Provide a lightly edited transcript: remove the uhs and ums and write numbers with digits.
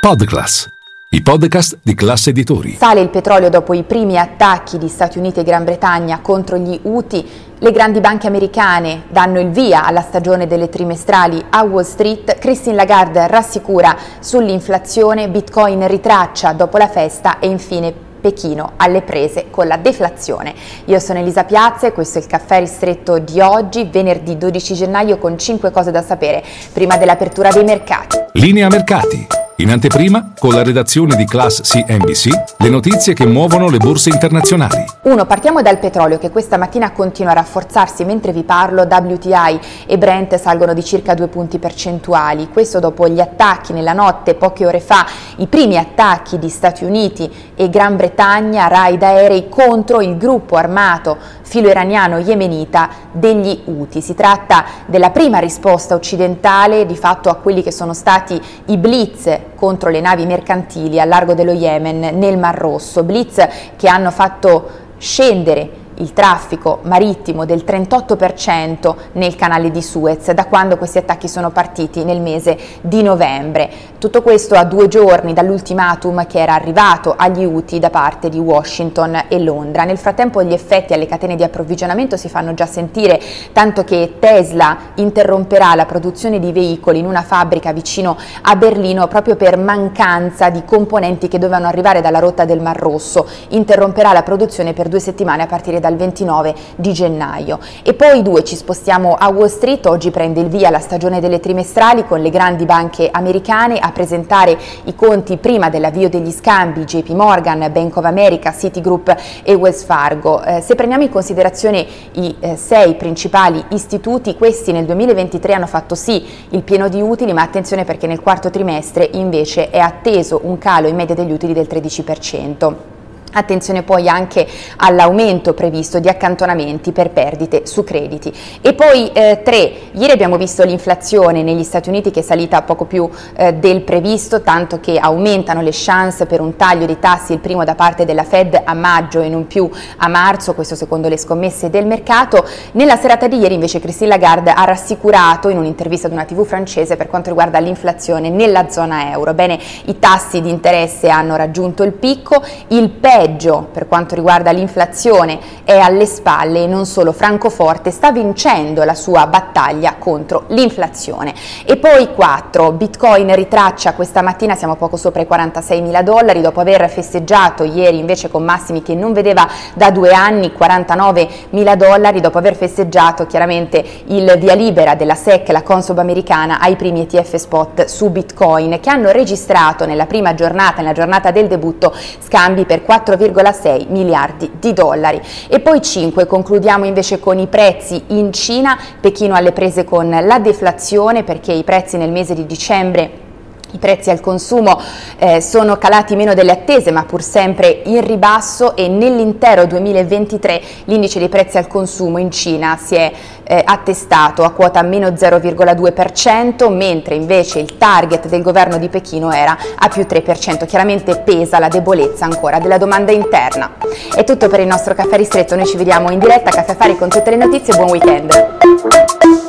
Podclass, i podcast di Class Editori. Sale il petrolio dopo i primi attacchi di Stati Uniti e Gran Bretagna contro gli Houthi. Le grandi banche americane danno il via alla stagione delle trimestrali a Wall Street. Christine Lagarde rassicura sull'inflazione, Bitcoin ritraccia dopo la festa e infine Pechino alle prese con la deflazione. Io sono Elisa Piazza e questo è il caffè ristretto di oggi, venerdì 12 gennaio, con 5 cose da sapere prima dell'apertura dei mercati. Linea mercati. In anteprima, con la redazione di Class CNBC, le notizie che muovono le borse internazionali. Partiamo dal petrolio che questa mattina continua a rafforzarsi. Mentre vi parlo, WTI e Brent salgono di circa 2 punti percentuali. Questo dopo gli attacchi nella notte, poche ore fa, i primi attacchi di Stati Uniti e Gran Bretagna, raid aerei contro il gruppo armato filo-iraniano yemenita degli Houthi. Si tratta della prima risposta occidentale di fatto a quelli che sono stati i blitz contro le navi mercantili a largo dello Yemen nel Mar Rosso, blitz che hanno fatto scendere il traffico marittimo del 38% nel canale di Suez da quando questi attacchi sono partiti nel mese di novembre. Tutto questo a 2 giorni dall'ultimatum che era arrivato agli Houthi da parte di Washington e Londra. Nel frattempo gli effetti alle catene di approvvigionamento si fanno già sentire, tanto che Tesla interromperà la produzione di veicoli in una fabbrica vicino a Berlino proprio per mancanza di componenti che dovevano arrivare dalla rotta del Mar Rosso. Interromperà la produzione per 2 settimane a partire dal 29 di gennaio. E poi ci spostiamo a Wall Street. Oggi prende il via la stagione delle trimestrali con le grandi banche americane a presentare i conti prima dell'avvio degli scambi: JP Morgan, Bank of America, Citigroup e Wells Fargo. Se prendiamo in considerazione i 6 principali istituti, questi nel 2023 hanno fatto sì il pieno di utili, ma attenzione perché nel quarto trimestre invece è atteso un calo in media degli utili del 13%. Attenzione poi anche all'aumento previsto di accantonamenti per perdite su crediti. E poi 3, ieri abbiamo visto l'inflazione negli Stati Uniti che è salita poco più del previsto, tanto che aumentano le chance per un taglio dei tassi, il primo da parte della Fed a maggio e non più a marzo, questo secondo le scommesse del mercato. Nella serata di ieri invece Christine Lagarde ha rassicurato in un'intervista ad una TV francese per quanto riguarda l'inflazione nella zona euro. Bene, i tassi di interesse hanno raggiunto il picco, il peggio per quanto riguarda l'inflazione è alle spalle e non solo Francoforte sta vincendo la sua battaglia contro l'inflazione. E poi 4, Bitcoin ritraccia questa mattina, siamo poco sopra i $46.000 dopo aver festeggiato ieri invece con massimi che non vedeva da 2 anni, $49.000 dopo aver festeggiato chiaramente il via libera della SEC, la Consob americana, ai primi ETF spot su Bitcoin che hanno registrato nella prima giornata, nella giornata del debutto, scambi per 4,6 miliardi di dollari. E poi 5, concludiamo invece con i prezzi in Cina. Pechino alle prese con la deflazione perché i prezzi nel mese di dicembre, i prezzi al consumo sono calati meno delle attese, ma pur sempre in ribasso, e nell'intero 2023 l'indice dei prezzi al consumo in Cina si è attestato a quota meno 0,2%, mentre invece il target del governo di Pechino era a più 3%. Chiaramente pesa la debolezza ancora della domanda interna. È tutto per il nostro caffè ristretto, noi ci vediamo in diretta a Caffè Affari con tutte le notizie. Buon weekend!